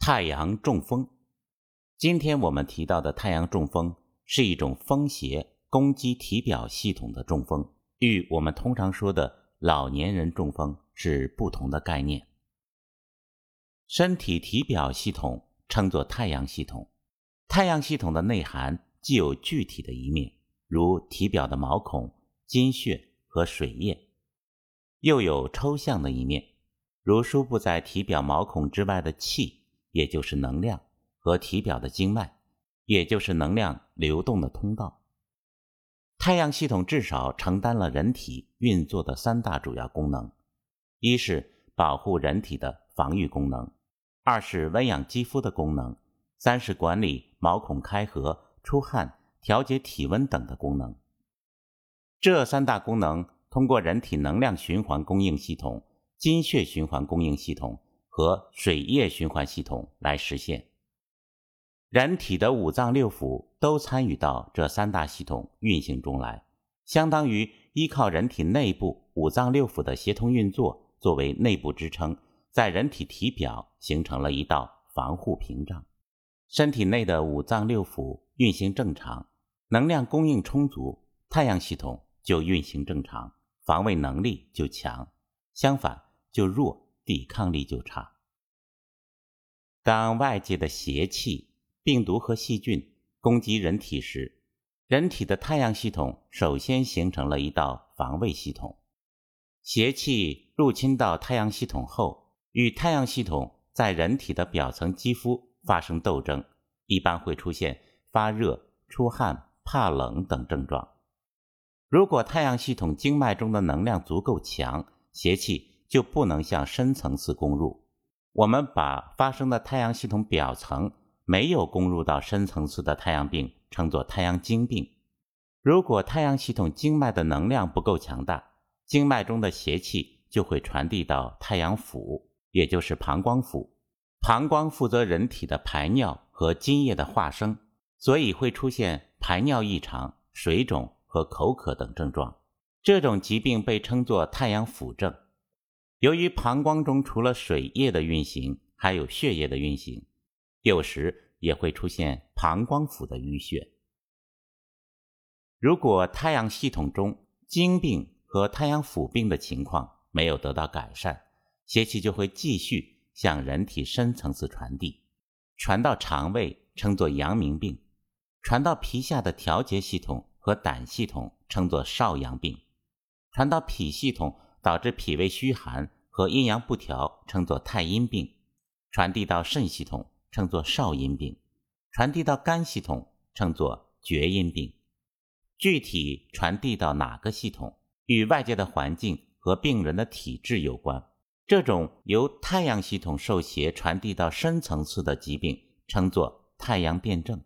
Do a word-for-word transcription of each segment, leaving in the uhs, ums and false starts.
太阳中风。今天我们提到的太阳中风是一种风邪攻击体表系统的中风，与我们通常说的老年人中风是不同的概念。身体体表系统称作太阳系统，太阳系统的内涵既有具体的一面，如体表的毛孔、津血和水液，又有抽象的一面，如输布在体表毛孔之外的气，也就是能量，和体表的经脉，也就是能量流动的通道。太阳系统至少承担了人体运作的三大主要功能：一是保护人体的防御功能，二是温养肌肤的功能，三是管理毛孔开合、出汗、调节体温等的功能。这三大功能通过人体能量循环供应系统、津血循环供应系统和水液循环系统来实现。人体的五脏六腑都参与到这三大系统运行中来，相当于依靠人体内部五脏六腑的协同运作作为内部支撑，在人体体表形成了一道防护屏障。身体内的五脏六腑运行正常，能量供应充足，太阳系统就运行正常，防卫能力就强，相反就弱，抵抗力就差。当外界的邪气、病毒和细菌攻击人体时，人体的太阳系统首先形成了一道防卫系统。邪气入侵到太阳系统后，与太阳系统在人体的表层肌肤发生斗争，一般会出现发热、出汗、怕冷等症状。如果太阳系统经脉中的能量足够强，邪气就不能向深层次攻入。我们把发生的太阳系统表层没有攻入到深层次的太阳病称作太阳经病。如果太阳系统经脉的能量不够强大，经脉中的邪气就会传递到太阳府，也就是膀胱府。膀胱负责人体的排尿和津液的化生，所以会出现排尿异常、水肿和口渴等症状。这种疾病被称作太阳府症。由于膀胱中除了水液的运行，还有血液的运行，有时也会出现膀胱府的淤血。如果太阳系统中经病和太阳府病的情况没有得到改善，邪气就会继续向人体深层次传递，传到肠胃称作阳明病，传到皮下的调节系统和胆系统称作少阳病，传到脾系统导致脾胃虚寒和阴阳不调称作太阴病，传递到肾系统称作少阴病，传递到肝系统称作厥阴病。具体传递到哪个系统，与外界的环境和病人的体质有关。这种由太阳系统受邪传递到深层次的疾病称作太阳辩证。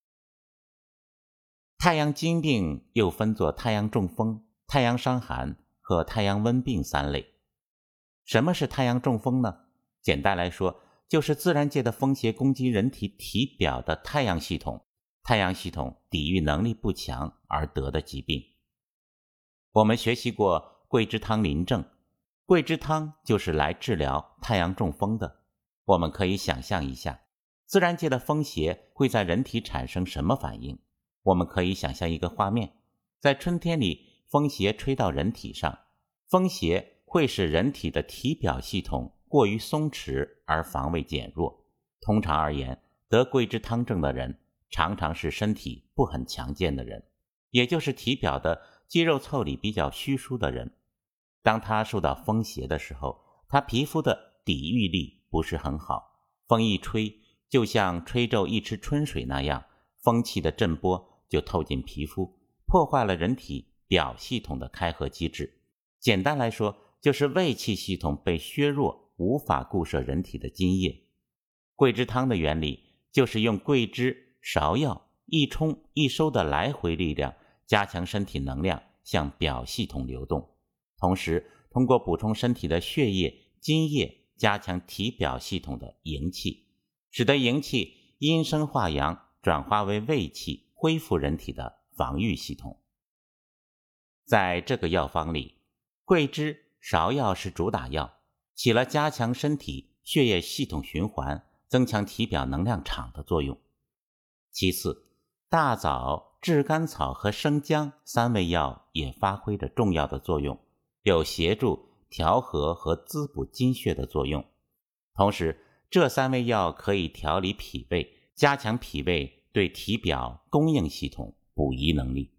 太阳经病又分作太阳中风、太阳伤寒和太阳温病三类。什么是太阳中风呢？简单来说，就是自然界的风邪攻击人体体表的太阳系统，太阳系统抵御能力不强而得的疾病。我们学习过桂枝汤临症，桂枝汤就是来治疗太阳中风的。我们可以想象一下，自然界的风邪会在人体产生什么反应？我们可以想象一个画面，在春天里，风邪吹到人体上，风邪会使人体的体表系统过于松弛而防卫减弱。通常而言，得桂枝汤症的人常常是身体不很强健的人，也就是体表的肌肉腠理比较虚疏的人。当他受到风邪的时候，他皮肤的抵御力不是很好，风一吹，就像吹皱一池春水那样，风气的震波就透进皮肤，破坏了人体表系统的开合机制。简单来说，就是胃气系统被削弱，无法固摄人体的津液。桂枝汤的原理就是用桂枝、芍药一冲一收的来回力量，加强身体能量向表系统流动，同时通过补充身体的血液、津液，加强体表系统的营气，使得营气阴生化阳，转化为胃气，恢复人体的防御系统。在这个药方里，桂枝、芍药是主打药，起了加强身体血液系统循环， 增强体表能量场的作用。其次，大枣、炙甘草和生姜三味药也发挥着重要的作用，有协助调和和滋补精血的作用。同时，这三味药可以调理脾胃，加强脾胃对体表供应系统补益能力。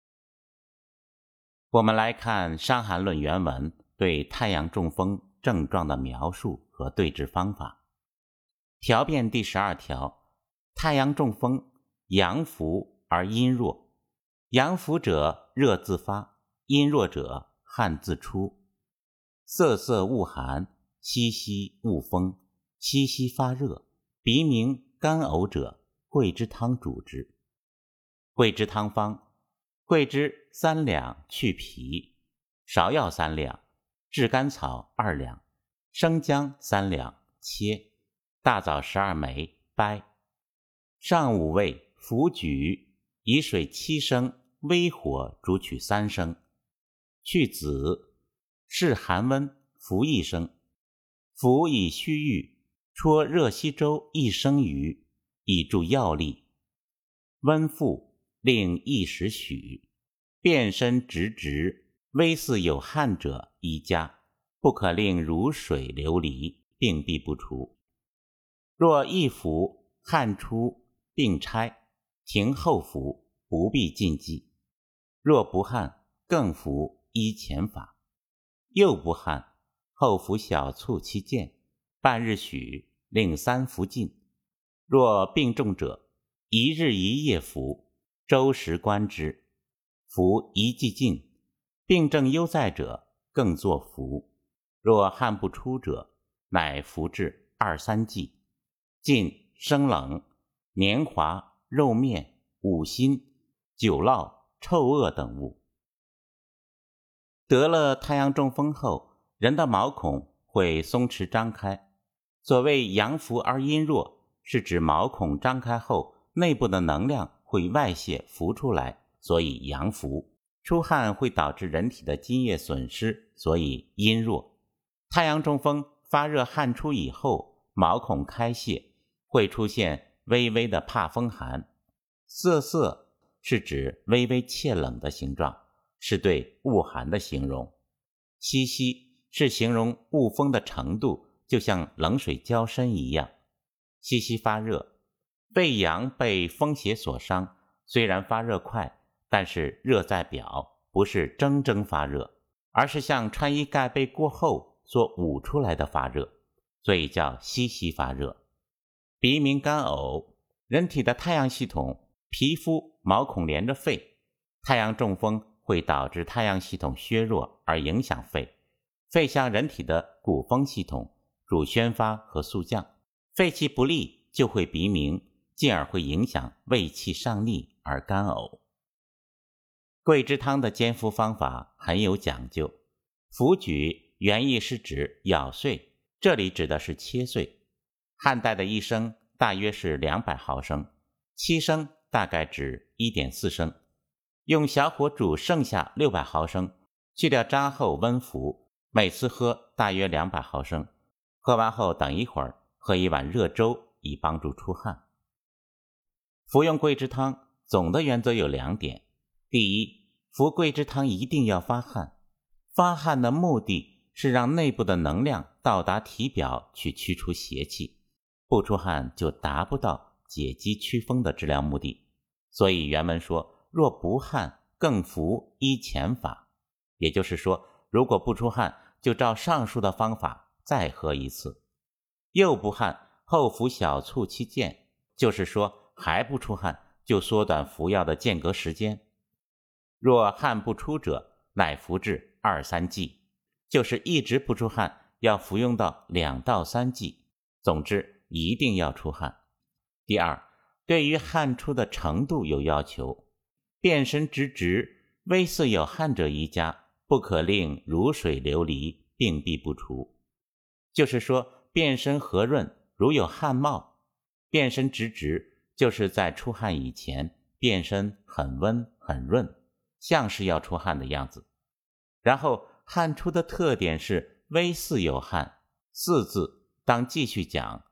我们来看《伤寒论》原文对太阳中风症状的描述和对治方法。条辨第十二条，太阳中风，阳浮而阴弱，阳浮者热自发，阴弱者汗自出，瑟瑟恶寒，息息恶风，息息发热，鼻鸣干呕者，桂枝汤主之。桂枝汤方：桂枝三两去皮，芍药三两，炙甘草二两，生姜三两切，大枣十二枚掰。上五味伏举，以水七升，微火煮取三升，去子，视寒温，服一升。服以虚郁，戳热稀粥一升余，以助药力。温复，令一时许。遍身直直，微似有汗者宜加，不可令如水流离，并必不除。若一服，汗出并差，停后服，不必禁忌。若不汗，更服依前法。又不汗，后服小促其见，半日许，令三服尽。若病重者，一日一夜服，周时观之。服一剂尽，病症犹在者，更作服。若汗不出者，乃服至二三剂。禁生冷、年华、肉面、五辛、酒酪、臭恶等物。得了太阳中风后，人的毛孔会松弛张开。所谓阳浮而阴弱，是指毛孔张开后，内部的能量会外泄浮出来，所以阳浮。出汗会导致人体的津液损失，所以阴弱。太阳中风发热汗出以后，毛孔开泄，会出现微微的怕风寒。瑟瑟是指微微怯冷的形状，是对恶寒的形容。息息是形容恶风的程度，就像冷水浇身一样。息息发热，胃阳被风邪所伤，虽然发热快，但是热在表，不是蒸蒸发热，而是像穿衣盖被过后所捂出来的发热，所以叫息息发热。鼻鸣干呕，人体的太阳系统，皮肤毛孔连着肺，太阳中风会导致太阳系统削弱而影响肺。肺像人体的鼓风系统，主宣发和肃降，肺气不利就会鼻鸣，进而会影响胃气上逆而干呕。桂枝汤的煎服方法很有讲究。服举原意是指咬碎，这里指的是切碎。汉代的一升大约是两百毫升，七升大概指 一点四升。用小火煮剩下六百毫升，去掉渣后温服，每次喝大约两百毫升。喝完后等一会儿，喝一碗热粥以帮助出汗。服用桂枝汤总的原则有两点。第一，服桂枝汤一定要发汗。发汗的目的是让内部的能量到达体表去驱除邪气，不出汗就达不到解肌祛风的治疗目的。所以原文说，若不汗，更服依前法。也就是说，如果不出汗，就照上述的方法再喝一次。又不汗，后服小促其间，就是说还不出汗，就缩短服药的间隔时间。若汗不出者，乃服至二三剂，就是一直不出汗，要服用到两到三剂。总之，一定要出汗。第二，对于汗出的程度有要求，遍身直直，微似有汗者宜加，不可令如水流离，并必不除。就是说，遍身和润，如有汗冒；遍身直直，就是在出汗以前，遍身很温很润，像是要出汗的样子。然后汗出的特点是微似有汗，四字当继续讲，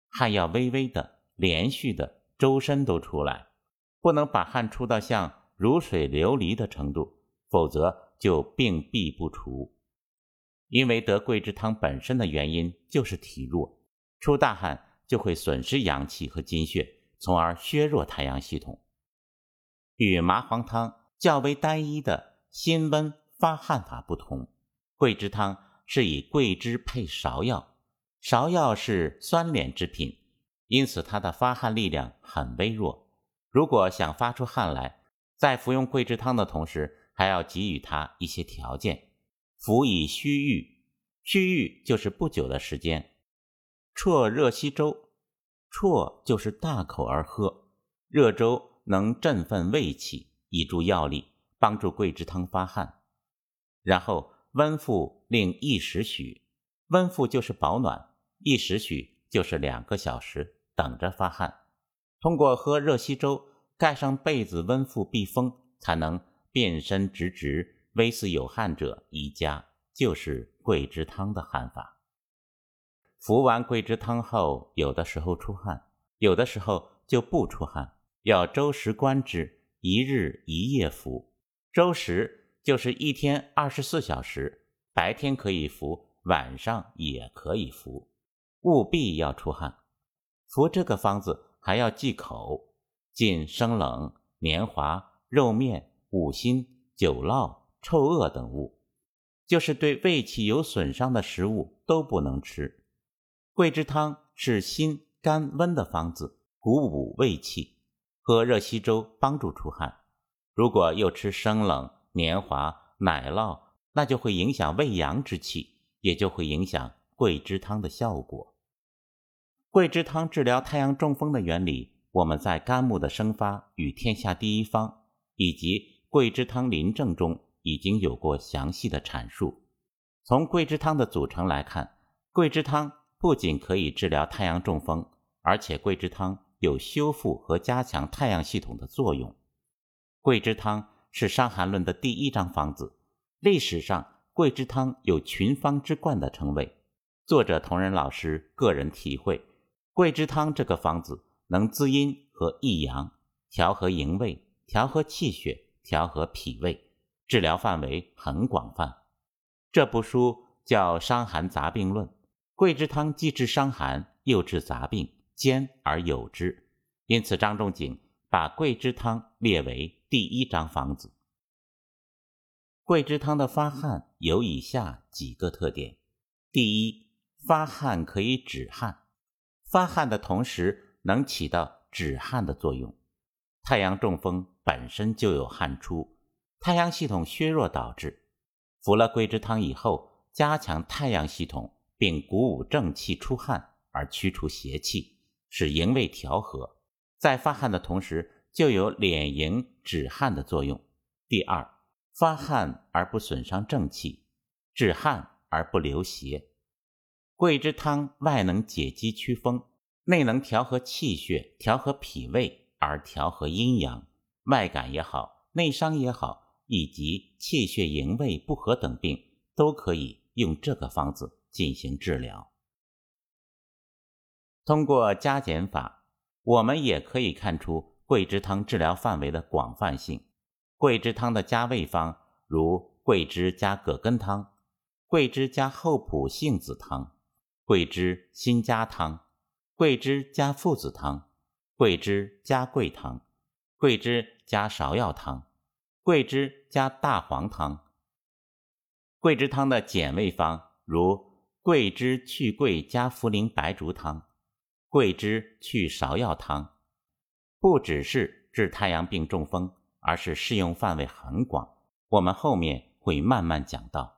汗要微微的、连续的，周身都出来，不能把汗出到像如水流离的程度，否则就病必不除。因为得桂枝汤本身的原因就是体弱，出大汗就会损失阳气和津血，从而削弱太阳系统。与麻黄汤较为单一的辛温发汗法不同，桂枝汤是以桂枝配芍药，芍药是酸敛之品，因此它的发汗力量很微弱。如果想发出汗来，在服用桂枝汤的同时，还要给予它一些条件。服以须臾，须臾就是不久的时间。啜热稀粥，啜就是大口而喝，热粥能振奋胃气，以助药力，帮助桂枝汤发汗。然后温腹令一时许，温腹就是保暖，一时许就是两个小时，等着发汗。通过喝热稀粥，盖上被子温腹避风，才能遍身直直，微似有汗者宜佳，就是桂枝汤的汗法。服完桂枝汤后，有的时候出汗，有的时候就不出汗，要周时观之，一日一夜服。周时就是一天二十四小时，白天可以服，晚上也可以服，务必要出汗。服这个方子还要忌口，禁生冷、黏滑、肉面、五辛、酒酪、臭恶等物，就是对胃气有损伤的食物都不能吃。桂枝汤是辛甘温的方子，鼓舞胃气，喝热稀粥帮助出汗。如果又吃生冷、黏滑、奶酪，那就会影响胃阳之气，也就会影响桂枝汤的效果。桂枝汤治疗太阳中风的原理，我们在肝木的生发与天下第一方以及桂枝汤临证中已经有过详细的阐述。从桂枝汤的组成来看，桂枝汤不仅可以治疗太阳中风，而且桂枝汤有修复和加强太阳系统的作用。桂枝汤是《伤寒论》的第一章方子，历史上桂枝汤有群方之冠的称谓。作者同仁老师个人体会，桂枝汤这个方子能滋阴和益阳，调和营卫，调和气血，调和脾胃，治疗范围很广泛。这部书叫《伤寒杂病论》，桂枝汤既治伤寒，又治杂病，兼而有之，因此张仲景把桂枝汤列为第一章方子。桂枝汤的发汗有以下几个特点。第一，发汗可以止汗，发汗的同时能起到止汗的作用。太阳中风本身就有汗出，太阳系统削弱导致，服了桂枝汤以后，加强太阳系统，并鼓舞正气出汗，而驱除邪气，使营卫调和，在发汗的同时就有敛营止汗的作用。第二，发汗而不损伤正气，止汗而不流邪。桂枝汤外能解肌祛风，内能调和气血，调和脾胃，而调和阴阳，外感也好，内伤也好，以及气血营卫不和等病，都可以用这个方子进行治疗。通过加减法，我们也可以看出桂枝汤治疗范围的广泛性。桂枝汤的加味方如桂枝加葛根汤、桂枝加厚朴杏子汤、桂枝辛加汤、桂枝加附子汤、桂枝加桂汤、桂枝加芍药汤、桂枝加大黄汤。桂枝汤的减味方如桂枝去桂加茯苓白术汤、桂枝去芍药汤。不只是治太阳病中风，而是适用范围很广，我们后面会慢慢讲到。